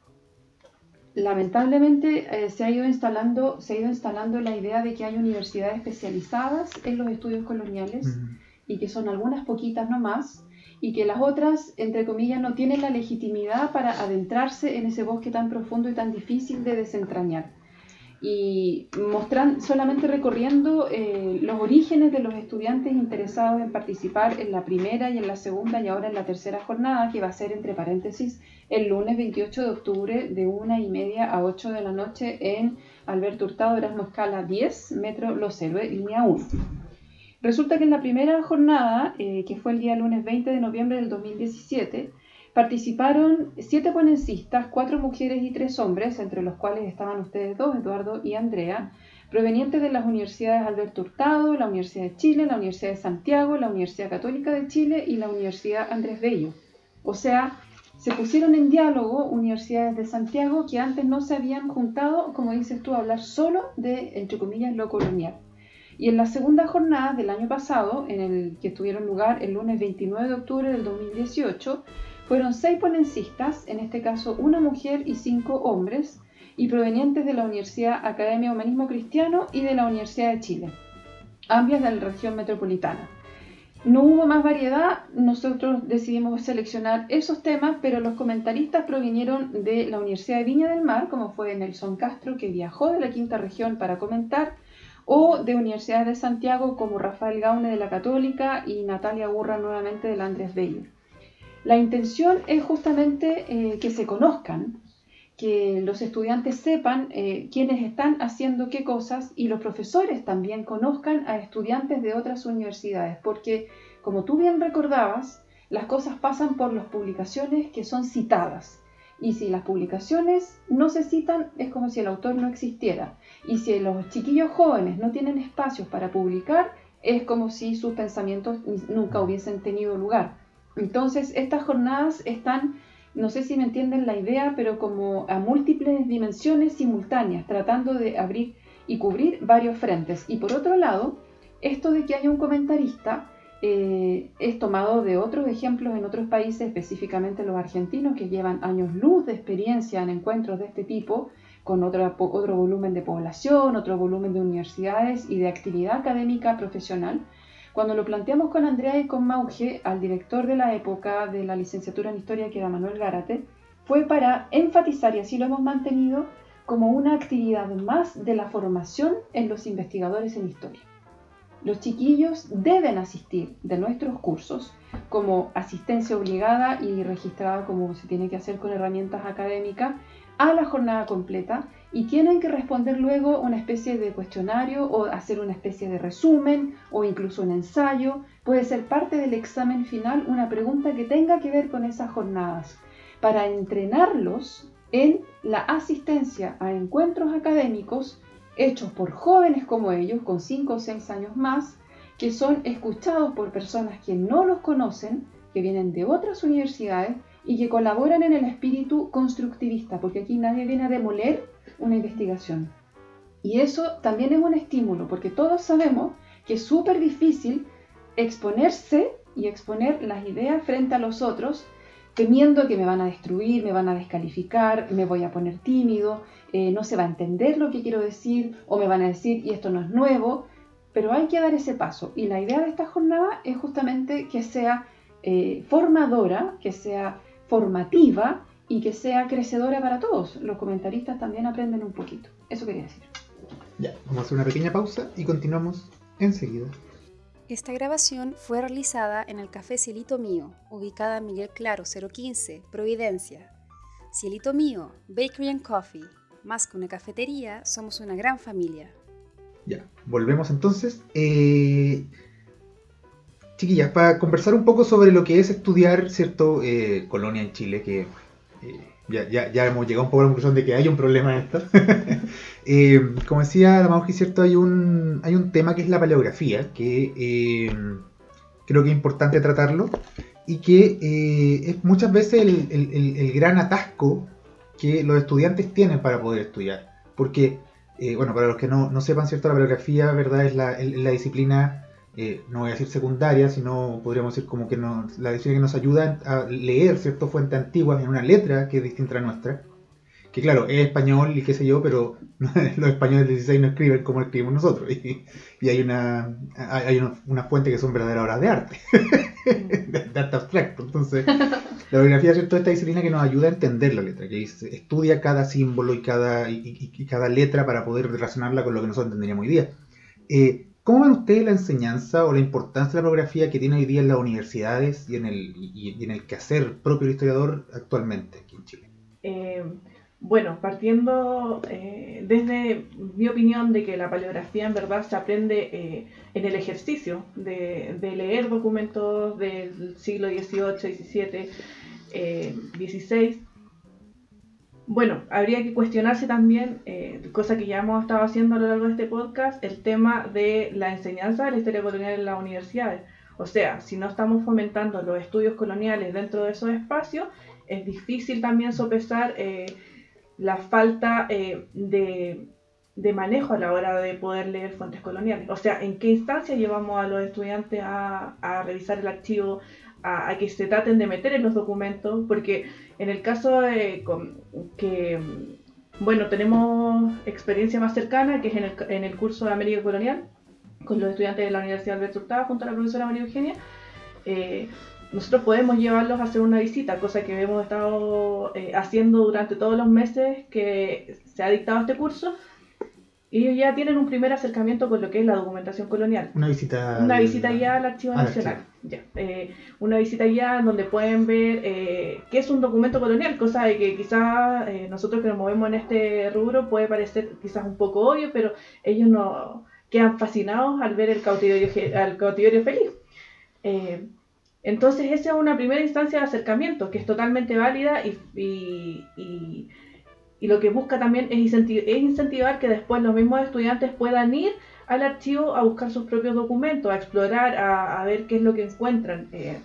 lamentablemente eh, se ha ido instalando se ha ido instalando la idea de que hay universidades especializadas en los estudios coloniales uh-huh. y que son algunas poquitas nomás, y que las otras, entre comillas, no tienen la legitimidad para adentrarse en ese bosque tan profundo y tan difícil de desentrañar. Y mostran, solamente recorriendo eh, los orígenes de los estudiantes interesados en participar en la primera y en la segunda y ahora en la tercera jornada, que va a ser, entre paréntesis, el lunes veintiocho de octubre de una y media a ocho de la noche en Alberto Hurtado, Erasmo Escala diez, Metro Los Héroes, línea uno. Resulta que en la primera jornada, eh, que fue el día lunes veinte de noviembre del dos mil diecisiete, participaron siete ponenciistas, cuatro mujeres y tres hombres, entre los cuales estaban ustedes dos, Eduardo y Andrea, provenientes de las universidades Alberto Hurtado, la Universidad de Chile, la Universidad de Santiago, la Universidad Católica de Chile y la Universidad Andrés Bello. O sea, se pusieron en diálogo universidades de Santiago que antes no se habían juntado, como dices tú, a hablar solo de, entre comillas, lo colonial. Y en la segunda jornada del año pasado, en el que tuvieron lugar el lunes veintinueve de octubre del dos mil dieciocho, fueron seis ponencistas, en este caso una mujer y cinco hombres, y provenientes de la Universidad Academia de Humanismo Cristiano y de la Universidad de Chile, ambas de la región metropolitana. No hubo más variedad, nosotros decidimos seleccionar esos temas, pero los comentaristas provinieron de la Universidad de Viña del Mar, como fue Nelson Castro, que viajó de la quinta región para comentar, o de universidades de Santiago, como Rafael Gaune de la Católica y Natalia Burra nuevamente de la Andrés Bello. La intención es justamente eh, que se conozcan, que los estudiantes sepan eh, quiénes están haciendo qué cosas y los profesores también conozcan a estudiantes de otras universidades, porque como tú bien recordabas, las cosas pasan por las publicaciones que son citadas, y si las publicaciones no se citan es como si el autor no existiera, y si los chiquillos jóvenes no tienen espacios para publicar es como si sus pensamientos nunca hubiesen tenido lugar. Entonces estas jornadas están, no sé si me entienden la idea, pero como a múltiples dimensiones simultáneas, tratando de abrir y cubrir varios frentes. Y por otro lado, esto de que haya un comentarista eh, es tomado de otros ejemplos en otros países, específicamente los argentinos, que llevan años luz de experiencia en encuentros de este tipo, con otro, otro volumen de población, otro volumen de universidades y de actividad académica profesional. Cuando lo planteamos con Andrea y con Mauge, al director de la época de la licenciatura en Historia, que era Manuel Gárate, fue para enfatizar, y así lo hemos mantenido, como una actividad más de la formación en los investigadores en historia. Los chiquillos deben asistir de nuestros cursos como asistencia obligada y registrada como se tiene que hacer con herramientas académicas a la jornada completa, y tienen que responder luego una especie de cuestionario o hacer una especie de resumen o incluso un ensayo. Puede ser parte del examen final una pregunta que tenga que ver con esas jornadas, para entrenarlos en la asistencia a encuentros académicos hechos por jóvenes como ellos, con cinco o seis años más, que son escuchados por personas que no los conocen, que vienen de otras universidades y que colaboran en el espíritu constructivista, porque aquí nadie viene a demoler una investigación. Y eso también es un estímulo, porque todos sabemos que es súper difícil exponerse y exponer las ideas frente a los otros, temiendo que me van a destruir, me van a descalificar, me voy a poner tímido, eh, no se va a entender lo que quiero decir, o me van a decir, y esto no es nuevo, pero hay que dar ese paso. Y la idea de esta jornada es justamente que sea eh, formadora, que sea formativa y que sea crecedora para todos. Los comentaristas también aprenden un poquito. Eso quería decir. Ya, vamos a hacer una pequeña pausa y continuamos enseguida. Esta grabación fue realizada en el Café Cielito Mío, ubicada en Miguel Claro cero quince, Providencia. Cielito Mío, Bakery and Coffee. Más que una cafetería, somos una gran familia. Ya, volvemos entonces. Eh... Chiquillas, para conversar un poco sobre lo que es estudiar, ¿cierto? Eh, colonia en Chile, que eh, ya, ya, ya hemos llegado un poco a la conclusión de que hay un problema en esto. eh, como decía la Mauji, ¿cierto? Hay un, hay un tema que es la paleografía, que eh, creo que es importante tratarlo, y que eh, es muchas veces el, el, el, el gran atasco que los estudiantes tienen para poder estudiar. Porque, eh, bueno, para los que no, no sepan, ¿cierto? La paleografía, ¿verdad? Es la, es la disciplina... Eh, no voy a decir secundaria, sino podríamos decir como que nos, la disciplina que nos ayuda a leer ciertas fuentes antiguas en una letra que es distinta a la nuestra, que claro, es español y qué sé yo, pero los españoles del dieciséis no escriben como escribimos nosotros, y, y hay una hay una, unas fuentes que son verdaderas obras de arte, de, de arte abstracto. Entonces la bibliografía es esta disciplina que nos ayuda a entender la letra, que estudia cada símbolo y cada, y, y, y cada letra para poder relacionarla con lo que nosotros entenderíamos hoy día. Eh, ¿Cómo ven ustedes la enseñanza o la importancia de la paleografía que tiene hoy día en las universidades y en el, y, y en el quehacer propio del historiador actualmente aquí en Chile? Eh, bueno, partiendo eh, desde mi opinión de que la paleografía en verdad se aprende eh, en el ejercicio de, de leer documentos del siglo dieciocho, diecisiete, eh, dieciséis, Bueno, habría que cuestionarse también, eh, cosa que ya hemos estado haciendo a lo largo de este podcast, el tema de la enseñanza de la historia colonial en las universidades. O sea, si no estamos fomentando los estudios coloniales dentro de esos espacios, es difícil también sopesar eh, la falta eh, de, de manejo a la hora de poder leer fuentes coloniales. O sea, ¿en qué instancia llevamos a los estudiantes a, a revisar el archivo, a, a que se traten de meter en los documentos? Porque en el caso de con, que, bueno, tenemos experiencia más cercana, que es en el, en el curso de América Colonial, con los estudiantes de la Universidad Alberto Hurtado, junto a la profesora María Eugenia, eh, nosotros podemos llevarlos a hacer una visita, cosa que hemos estado eh, haciendo durante todos los meses que se ha dictado este curso, y ellos ya tienen un primer acercamiento con lo que es la documentación colonial. Una visita Una al- visita ya al Archivo al Nacional. archivo. Ya, eh, una visita ya donde pueden ver eh, qué es un documento colonial, cosa de que quizás eh, nosotros que nos movemos en este rubro puede parecer quizás un poco obvio, pero ellos no quedan fascinados al ver el cautiverio, ge- al cautiverio feliz. Eh, entonces esa es una primera instancia de acercamiento que es totalmente válida y, y, y, y lo que busca también es, incenti- es incentivar que después los mismos estudiantes puedan ir al archivo a buscar sus propios documentos, a explorar, a, a ver qué es lo que encuentran. Eh,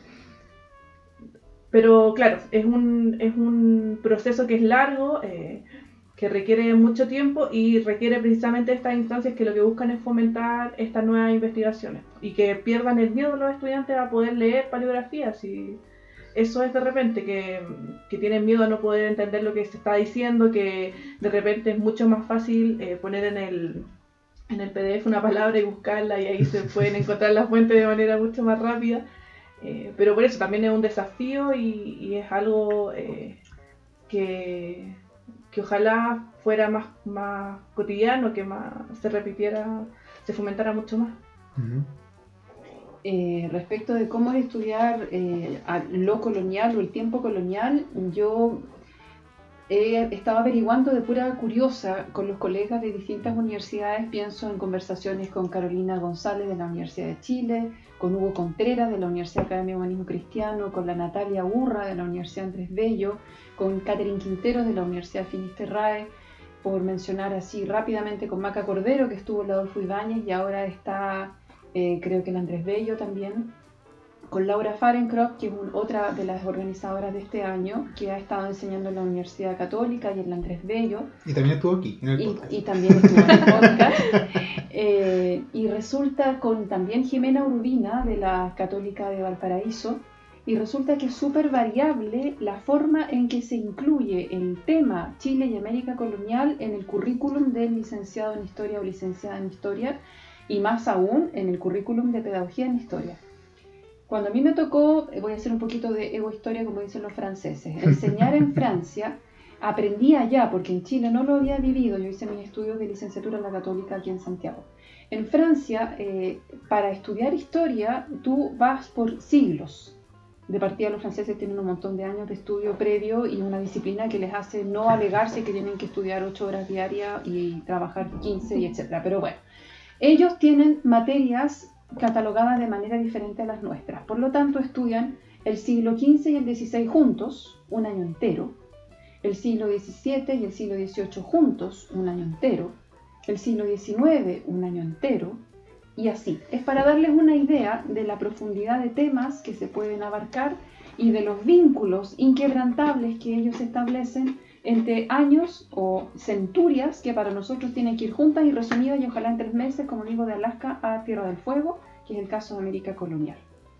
pero claro, es un, es un proceso que es largo, eh, que requiere mucho tiempo y requiere precisamente estas instancias que lo que buscan es fomentar estas nuevas investigaciones y que pierdan el miedo de los estudiantes a poder leer paleografías. Y eso es de repente, que, que tienen miedo a no poder entender lo que se está diciendo, que de repente es mucho más fácil eh, poner en el, en el P D F una palabra y buscarla y ahí se pueden encontrar las fuentes de manera mucho más rápida. Eh, pero por eso también es un desafío y, y es algo eh, que, que ojalá fuera más, más cotidiano, que más se repitiera, se fomentara mucho más. Ujú. Eh, respecto de cómo es estudiar eh, a lo colonial o el tiempo colonial, yo he estado averiguando de pura curiosa con los colegas de distintas universidades. Pienso en conversaciones con Carolina González de la Universidad de Chile, con Hugo Contreras de la Universidad Academia de Humanismo Cristiano, con la Natalia Urra de la Universidad Andrés Bello, con Catherine Quinteros de la Universidad Finisterrae, por mencionar así rápidamente, con Maca Cordero, que estuvo en la Adolfo Ibáñez y ahora está, eh, creo que en Andrés Bello también, con Laura Fahrenkrog, que es un, otra de las organizadoras de este año, que ha estado enseñando en la Universidad Católica y en la Andrés Bello. Y también estuvo aquí, en el Y, podcast. y también estuvo en el podcast. Eh, y resulta con también Jimena Urbina de la Católica de Valparaíso. Y resulta que es súper variable la forma en que se incluye el tema Chile y América Colonial en el currículum del licenciado en Historia o licenciada en Historia, y más aún en el currículum de Pedagogía en Historia. Cuando a mí me tocó, voy a hacer un poquito de egohistoria como dicen los franceses, enseñar en Francia, aprendí allá, porque en Chile no lo había vivido. Yo hice mis estudios de licenciatura en la Católica aquí en Santiago. En Francia, eh, para estudiar historia, tú vas por siglos. De partida los franceses tienen un montón de años de estudio previo y una disciplina que les hace no alegarse que tienen que estudiar ocho horas diarias y trabajar quince y etcétera. Pero bueno, ellos tienen materias catalogadas de manera diferente a las nuestras. Por lo tanto, estudian el siglo quince y el dieciséis juntos, un año entero, el siglo diecisiete y el siglo dieciocho juntos, un año entero, el siglo diecinueve, un año entero, y así. Es para darles una idea de la profundidad de temas que se pueden abarcar y de los vínculos inquebrantables que ellos establecen entre años o centurias que para nosotros tienen que ir juntas y resumidas y ojalá en tres meses, como digo, de Alaska a Tierra del Fuego, que es el caso de América Colonial.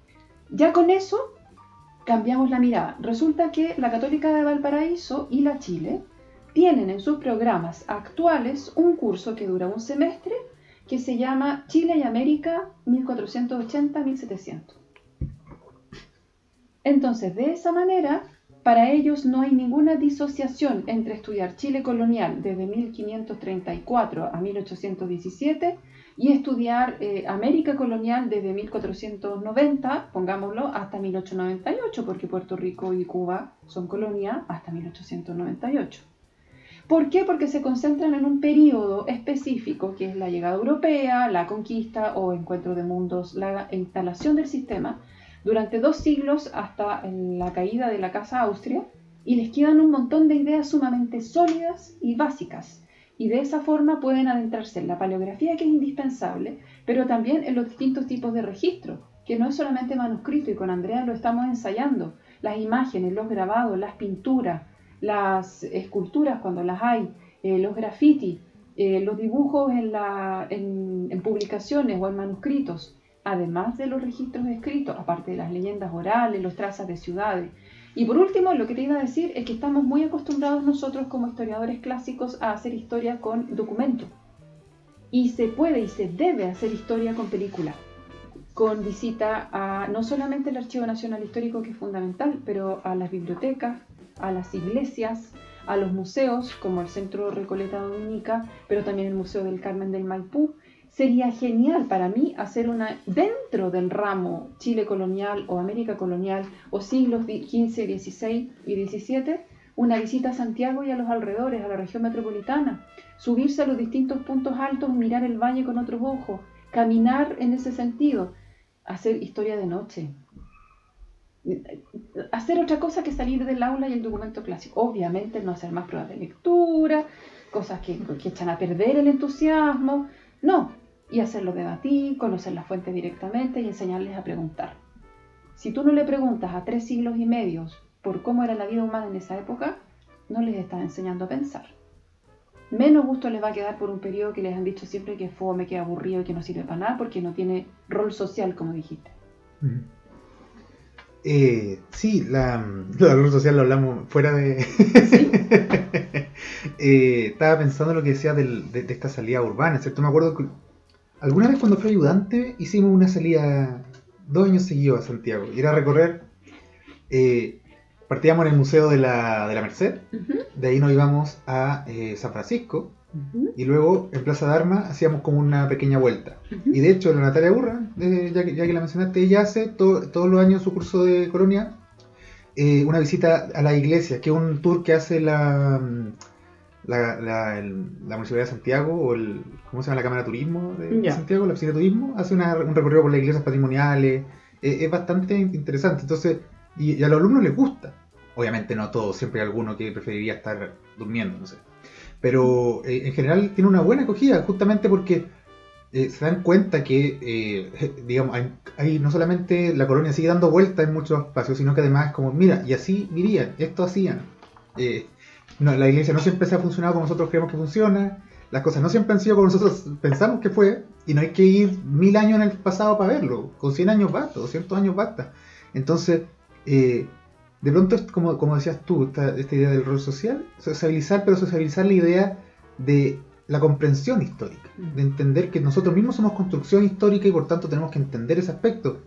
Ya con eso cambiamos la mirada. Resulta que la Católica de Valparaíso y la Chile tienen en sus programas actuales un curso que dura un semestre que se llama Chile y América mil cuatrocientos ochenta a mil setecientos. Entonces, de esa manera, para ellos no hay ninguna disociación entre estudiar Chile colonial desde mil quinientos treinta y cuatro a mil ochocientos diecisiete y estudiar eh, América colonial desde mil cuatrocientos noventa, pongámoslo, hasta mil ochocientos noventa y ocho, porque Puerto Rico y Cuba son colonia hasta mil ochocientos noventa y ocho. ¿Por qué? Porque se concentran en un periodo específico, que es la llegada europea, la conquista o encuentro de mundos, la instalación del sistema, durante dos siglos hasta la caída de la Casa Austria, y les quedan un montón de ideas sumamente sólidas y básicas. Y de esa forma pueden adentrarse en la paleografía, que es indispensable, pero también en los distintos tipos de registro, que no es solamente manuscrito, y con Andrea lo estamos ensayando. Las imágenes, los grabados, las pinturas, las esculturas cuando las hay, eh, los grafitis, eh, los dibujos en, la, en, en publicaciones o en manuscritos, además de los registros escritos, aparte de las leyendas orales, los trazas de ciudades. Y por último, lo que te iba a decir es que estamos muy acostumbrados nosotros como historiadores clásicos a hacer historia con documentos. Y se puede y se debe hacer historia con película, con visita a no solamente el Archivo Nacional Histórico, que es fundamental, pero a las bibliotecas, a las iglesias, a los museos, como el Centro Recoleta Dominica, pero también el Museo del Carmen del Maipú. Sería genial para mí hacer una, dentro del ramo Chile colonial o América colonial o siglos quince, dieciséis y diecisiete, una visita a Santiago y a los alrededores, a la región metropolitana, subirse a los distintos puntos altos, mirar el valle con otros ojos, caminar en ese sentido, hacer historia de noche, hacer otra cosa que salir del aula y el documento clásico. Obviamente no hacer más pruebas de lectura, cosas que, que echan a perder el entusiasmo, no, y hacerlo debatir, conocer las fuentes directamente y enseñarles a preguntar. Si tú no le preguntas a tres siglos y medio por cómo era la vida humana en esa época, no les estás enseñando a pensar. Menos gusto les va a quedar por un periodo que les han dicho siempre que es fome, que es aburrido y que no sirve para nada porque no tiene rol social, como dijiste. Mm. Eh, sí, la, la rol social lo hablamos fuera de... ¿Sí? eh, estaba pensando en lo que decías del, de, de esta salida urbana, ¿cierto? Me acuerdo que alguna vez cuando fui ayudante hicimos una salida dos años seguidos a Santiago. Y era recorrer... Eh, partíamos en el Museo de la, de la Merced, uh-huh. De ahí nos íbamos a eh, San Francisco, uh-huh. Y luego en Plaza de Armas hacíamos como una pequeña vuelta. Uh-huh. Y de hecho la Natalia Burra, eh, ya, que, ya que la mencionaste, ella hace to, todos los años su curso de colonia, eh, una visita a la iglesia, que es un tour que hace la, la, la, el, la Municipalidad de Santiago, o el, ¿cómo se llama? La Cámara de Turismo de, yeah. de Santiago, la Oficina de Turismo, hace una, un recorrido por las iglesias patrimoniales, eh, es bastante interesante. Entonces, y, y a los alumnos les gusta. Obviamente no a todos, siempre hay alguno que preferiría estar durmiendo, no sé. Pero eh, en general tiene una buena acogida, justamente porque eh, se dan cuenta que, eh, digamos, hay, hay, no solamente la colonia sigue dando vueltas en muchos espacios, sino que además es como, mira, y así vivían, esto hacían. Eh, no, la iglesia no siempre se ha funcionado como nosotros creemos que funciona, las cosas no siempre han sido como nosotros pensamos que fue, y no hay que ir mil años en el pasado para verlo, con cien años basta, doscientos años basta. Entonces, eh, de pronto, como, como decías tú, esta, esta idea del rol social, sociabilizar, pero sociabilizar la idea de la comprensión histórica, de entender que nosotros mismos somos construcción histórica y por tanto tenemos que entender ese aspecto.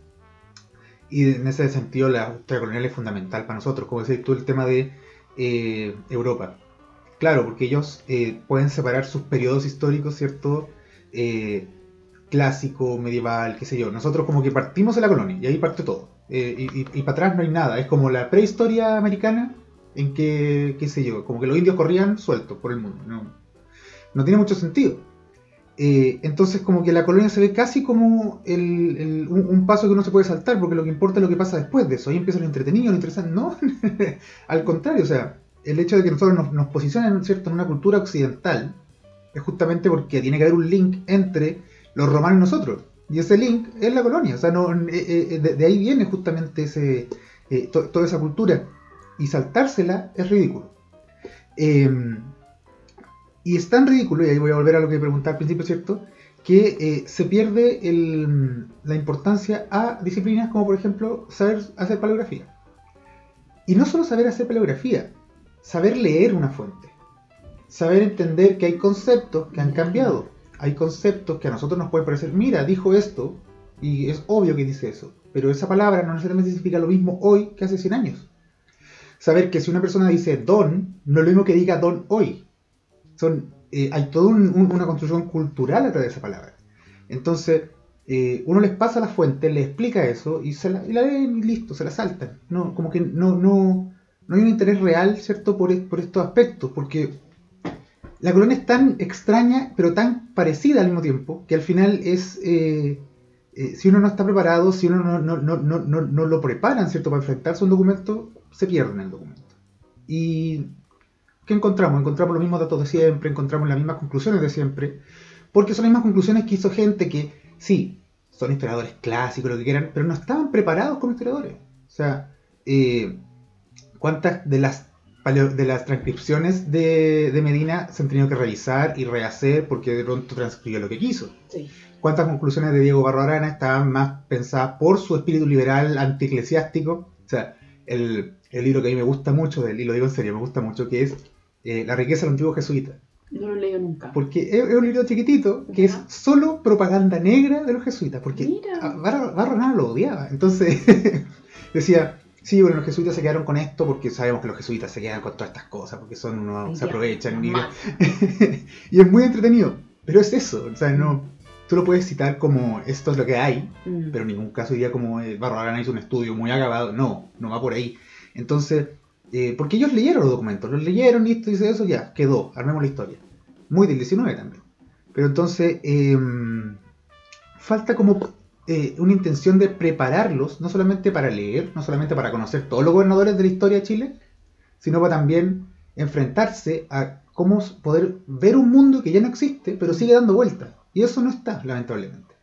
Y en ese sentido la historia colonial es fundamental para nosotros, como decías tú, el tema de eh, Europa. Claro, porque ellos eh, pueden separar sus periodos históricos, ¿cierto? Eh, clásico, medieval, qué sé yo. Nosotros como que partimos de la colonia y ahí parte todo. Eh, y, y, y para atrás no hay nada, es como la prehistoria americana en que, qué sé yo, como que los indios corrían sueltos por el mundo, no, no tiene mucho sentido. Eh, entonces como que la colonia se ve casi como el, el, un, un paso que no se puede saltar, porque lo que importa es lo que pasa después de eso, ahí empieza lo entretenido, lo interesante, no, al contrario, o sea, el hecho de que nosotros nos, nos posicionen, ¿cierto?, en una cultura occidental, es justamente porque tiene que haber un link entre los romanos y nosotros. Y ese link es la colonia, o sea, no, eh, eh, de, de ahí viene justamente ese, eh, to, toda esa cultura. Y saltársela es ridículo. Eh, y es tan ridículo, y ahí voy a volver a lo que preguntaba al principio, ¿cierto?, que eh, se pierde el, la importancia a disciplinas como, por ejemplo, saber hacer paleografía. Y no solo saber hacer paleografía, saber leer una fuente. Saber entender que hay conceptos que han cambiado. Hay conceptos que a nosotros nos pueden parecer, mira, dijo esto, y es obvio que dice eso, pero esa palabra no necesariamente significa lo mismo hoy que hace cien años. Saber que si una persona dice don, no es lo mismo que diga don hoy. Son, eh, hay toda un, un, una construcción cultural a través de esa palabra. Entonces, eh, uno les pasa la fuente, les explica eso, y, se la, y la leen y listo, se la saltan. No, como que no, no, no hay un interés real, ¿cierto?, por, por estos aspectos, porque la colonia es tan extraña, pero tan parecida al mismo tiempo, que al final es, eh, eh, si uno no está preparado, si uno no, no, no, no, no, no lo preparan, ¿cierto?, para enfrentarse a un documento, se pierde en el documento. ¿Y qué encontramos? Encontramos los mismos datos de siempre, encontramos las mismas conclusiones de siempre, porque son las mismas conclusiones que hizo gente que, sí, son historiadores clásicos, lo que quieran, pero no estaban preparados como historiadores. O sea, eh, ¿cuántas de las, de las transcripciones de, de Medina se han tenido que revisar y rehacer porque de pronto transcribió lo que quiso? Sí. ¿Cuántas conclusiones de Diego Barro Arana estaban más pensadas por su espíritu liberal antieclesiástico? O sea, el, el libro que a mí me gusta mucho, y lo digo en serio, me gusta mucho, que es eh, La riqueza del antiguo jesuita. No lo leo nunca. Porque es, es un libro chiquitito que es solo propaganda negra de los jesuitas. Porque Mira. Barro, Barro Arana lo odiaba. Entonces decía, sí, bueno, los jesuitas se quedaron con esto porque sabemos que los jesuitas se quedan con todas estas cosas, porque son unos, Ay, se ya, aprovechan. Y, mal. y es muy entretenido. Pero es eso, o sea, no... Tú lo puedes citar como esto es lo que hay, Mm. pero en ningún caso diría como eh, Barro Arana hizo un estudio muy acabado. No, no va por ahí. Entonces, eh, porque ellos leyeron los documentos, los leyeron y esto dice eso, ya, quedó, armemos la historia. Muy del diecinueve también. Pero entonces, eh, falta como eh, una intención de prepararlos, no solamente para leer, no solamente para conocer todos los gobernadores de la historia de Chile, sino para también enfrentarse a cómo poder ver un mundo que ya no existe, pero sigue dando vueltas. Y eso no está, lamentablemente.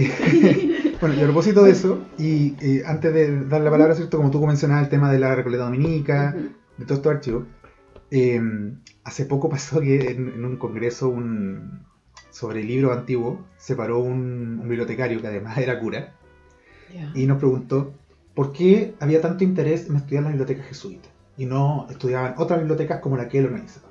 Eh, bueno, y a propósito de eso, y eh, antes de dar la palabra, ¿cierto? Como tú mencionabas el tema de la Recoleta Dominica, Ujú. de todos estos archivos, eh, hace poco pasó que en, en un congreso un, sobre libros antiguos se paró un, un bibliotecario que además era cura Ya. y nos preguntó por qué había tanto interés en estudiar las bibliotecas jesuitas y no estudiaban otras bibliotecas como la que él organizaba.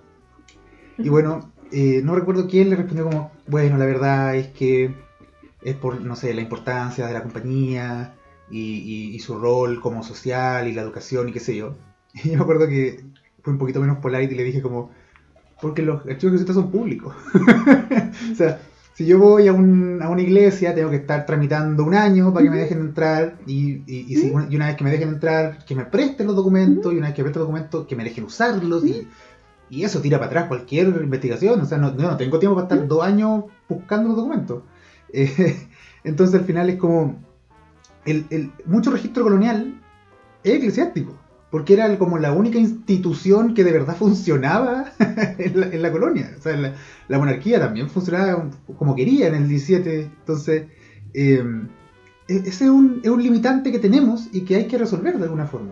Y bueno, eh, no recuerdo quién le respondió como, bueno, la verdad es que es por, no sé, la importancia de la compañía y, y, y su rol como social y la educación y qué sé yo. Y yo me acuerdo que fue un poquito menos polite y le dije como, porque los archivos jesuitas son públicos. O sea, si yo voy a, un, a una iglesia, tengo que estar tramitando un año para que me dejen entrar y, y, y, si, y una vez que me dejen entrar, que me presten los documentos y una vez que presten los documentos, que me dejen usarlos y... Y eso tira para atrás cualquier investigación. O sea, no, yo no tengo tiempo para estar ¿Mm? dos años buscando los documentos. Eh, entonces al final es como... El, el, mucho registro colonial es eclesiástico. Porque era como la única institución que de verdad funcionaba en, la, en la colonia. O sea, la, la monarquía también funcionaba como quería en el diecisiete. Entonces, eh, ese es un, es un limitante que tenemos y que hay que resolver de alguna forma.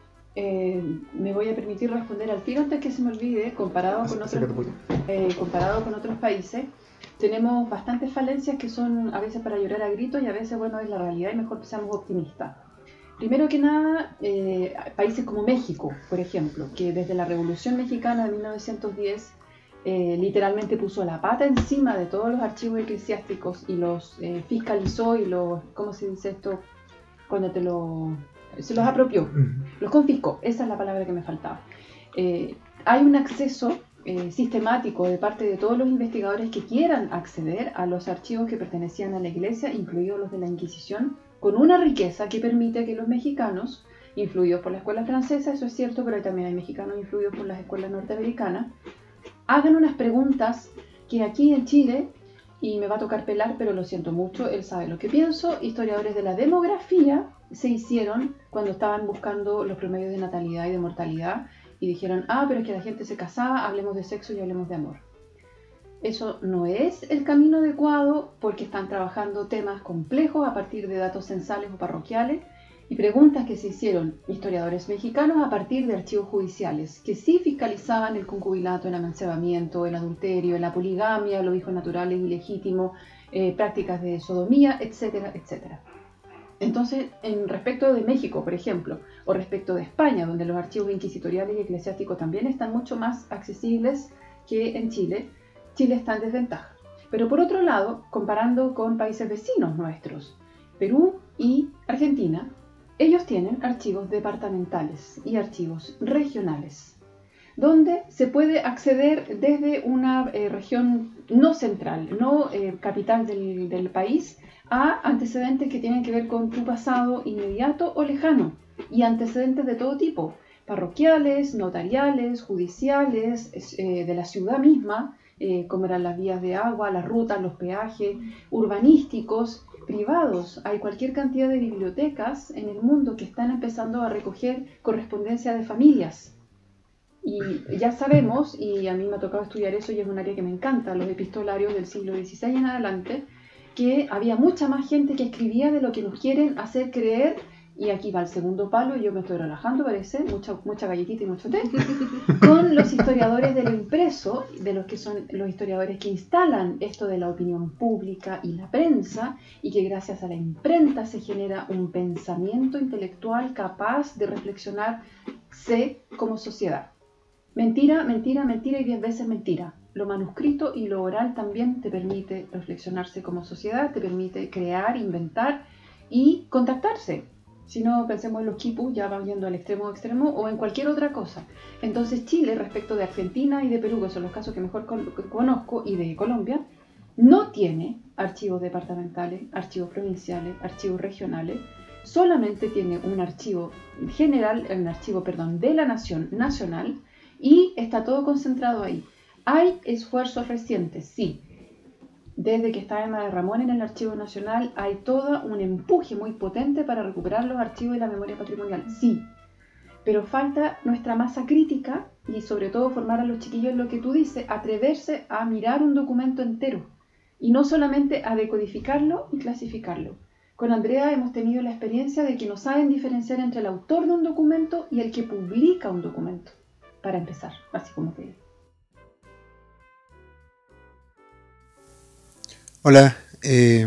Eh, me voy a permitir responder al tiro antes que se me olvide. Comparado con, otros, eh, comparado con otros países, tenemos bastantes falencias que son a veces para llorar a gritos y a veces, bueno, es la realidad y mejor que seamos optimistas. Primero que nada, eh, países como México, por ejemplo, que desde la Revolución Mexicana de mil novecientos diez eh, literalmente puso la pata encima de todos los archivos eclesiásticos y los eh, fiscalizó y los, ¿cómo se dice esto? Cuando te lo... se los apropió, los confiscó, esa es la palabra que me faltaba. Eh, hay un acceso eh, sistemático de parte de todos los investigadores que quieran acceder a los archivos que pertenecían a la Iglesia, incluidos los de la Inquisición, con una riqueza que permite que los mexicanos, influidos por la escuela francesa, eso es cierto, pero también hay mexicanos influidos por las escuelas norteamericanas, hagan unas preguntas que aquí en Chile, y me va a tocar pelar, pero lo siento mucho, él sabe lo que pienso, historiadores de la demografía se hicieron cuando estaban buscando los promedios de natalidad y de mortalidad y dijeron, ah, pero es que la gente se casaba, hablemos de sexo y hablemos de amor. Eso no es el camino adecuado porque están trabajando temas complejos a partir de datos censales o parroquiales y preguntas que se hicieron historiadores mexicanos a partir de archivos judiciales que sí fiscalizaban el concubinato, el amancebamiento, el adulterio, la poligamia, los hijos naturales ilegítimos, eh, prácticas de sodomía, etcétera, etcétera. Entonces, en respecto de México, por ejemplo, o respecto de España, donde los archivos inquisitoriales y eclesiásticos también están mucho más accesibles que en Chile, Chile está en desventaja. Pero por otro lado, comparando con países vecinos nuestros, Perú y Argentina, ellos tienen archivos departamentales y archivos regionales, donde se puede acceder desde una eh, región no central, no eh, capital del, del país, a antecedentes que tienen que ver con tu pasado inmediato o lejano, y antecedentes de todo tipo, parroquiales, notariales, judiciales, eh, de la ciudad misma, eh, como eran las vías de agua, las rutas, los peajes, urbanísticos, privados. Hay cualquier cantidad de bibliotecas en el mundo que están empezando a recoger correspondencia de familias. Y ya sabemos, y a mí me ha tocado estudiar eso y es un área que me encanta, los epistolarios del siglo dieciséis en adelante, que había mucha más gente que escribía de lo que nos quieren hacer creer. Y aquí va el segundo palo, yo me estoy relajando, parece, mucha, mucha galletita y mucho té, con los historiadores de lo impreso, de los que son los historiadores que instalan esto de la opinión pública y la prensa, y que gracias a la imprenta se genera un pensamiento intelectual capaz de reflexionarse como sociedad. Mentira, mentira, mentira y diez veces mentira. Lo manuscrito y lo oral también te permite reflexionarse como sociedad, te permite crear, inventar y contactarse. Si no, pensemos en los quipus, ya van yendo al extremo extremo, o en cualquier otra cosa. Entonces Chile, respecto de Argentina y de Perú, que son los casos que mejor conozco, y de Colombia, no tiene archivos departamentales, archivos provinciales, archivos regionales, solamente tiene un archivo general, un archivo, perdón, de la nación nacional, y está todo concentrado ahí. Hay esfuerzos recientes, sí. Desde que está Emma de Ramón en el Archivo Nacional hay todo un empuje muy potente para recuperar los archivos de la memoria patrimonial, sí. Pero falta nuestra masa crítica y sobre todo formar a los chiquillos en lo que tú dices, atreverse a mirar un documento entero y no solamente a decodificarlo y clasificarlo. Con Andrea hemos tenido la experiencia de que no saben diferenciar entre el autor de un documento y el que publica un documento, para empezar, así como te digo. Hola, eh,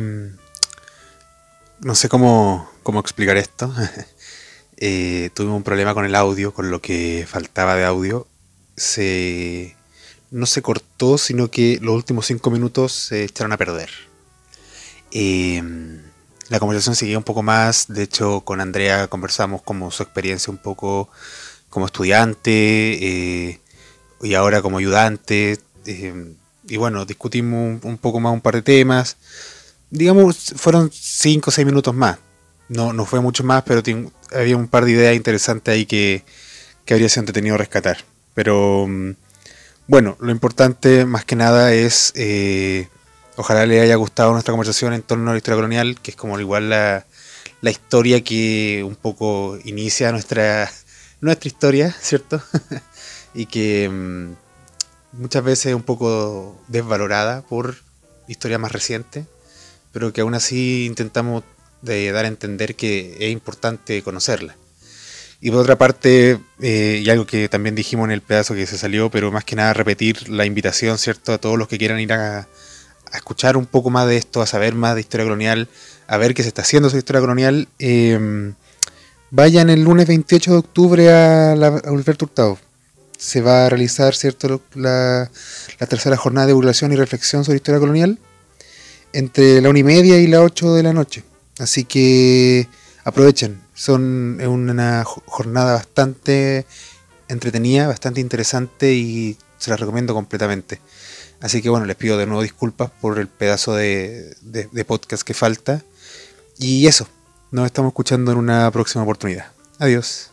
no sé cómo, cómo explicar esto. eh, tuve un problema con el audio, con lo que faltaba de audio. Se, no se cortó, sino que los últimos cinco minutos se echaron a perder. Eh, la conversación seguía un poco más. De hecho, con Andrea conversamos como su experiencia un poco como estudiante eh, y ahora como ayudante. Eh, Y bueno, discutimos un, un poco más un par de temas. Digamos, fueron cinco o seis minutos más. No, no fue mucho más, pero t- había un par de ideas interesantes ahí que, que habría sido entretenido rescatar. Pero bueno, lo importante más que nada es, eh, ojalá le haya gustado nuestra conversación en torno a la historia colonial, que es como igual la, la historia que un poco inicia nuestra, nuestra historia, ¿cierto? Y que muchas veces un poco desvalorada por historias más recientes, pero que aún así intentamos de dar a entender que es importante conocerla. Y por otra parte, eh, y algo que también dijimos en el pedazo que se salió, pero más que nada repetir la invitación, ¿cierto?, a todos los que quieran ir a, a escuchar un poco más de esto, a saber más de historia colonial, a ver qué se está haciendo sobre historia colonial, eh, vayan el lunes veintiocho de octubre a, la, a Alberto Hurtado. Se va a realizar, ¿cierto?, la, la tercera jornada de divulgación y reflexión sobre historia colonial entre la una y media y las ocho de la noche. Así que aprovechen, son es una jornada bastante entretenida, bastante interesante y se las recomiendo completamente. Así que bueno, les pido de nuevo disculpas por el pedazo de, de, de podcast que falta. Y eso, nos estamos escuchando en una próxima oportunidad. Adiós.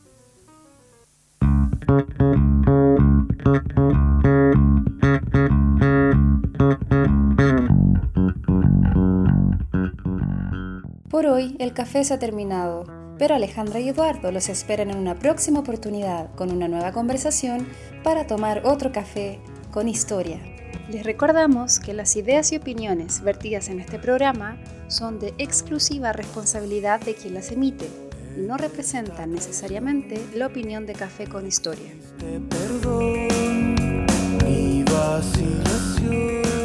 Por hoy el café se ha terminado, pero Alejandra y Eduardo los esperan en una próxima oportunidad con una nueva conversación para tomar otro café con historia. Les recordamos que las ideas y opiniones vertidas en este programa son de exclusiva responsabilidad de quien las emite y no representan necesariamente la opinión de Café con Historia. Perdón, mi vacilación.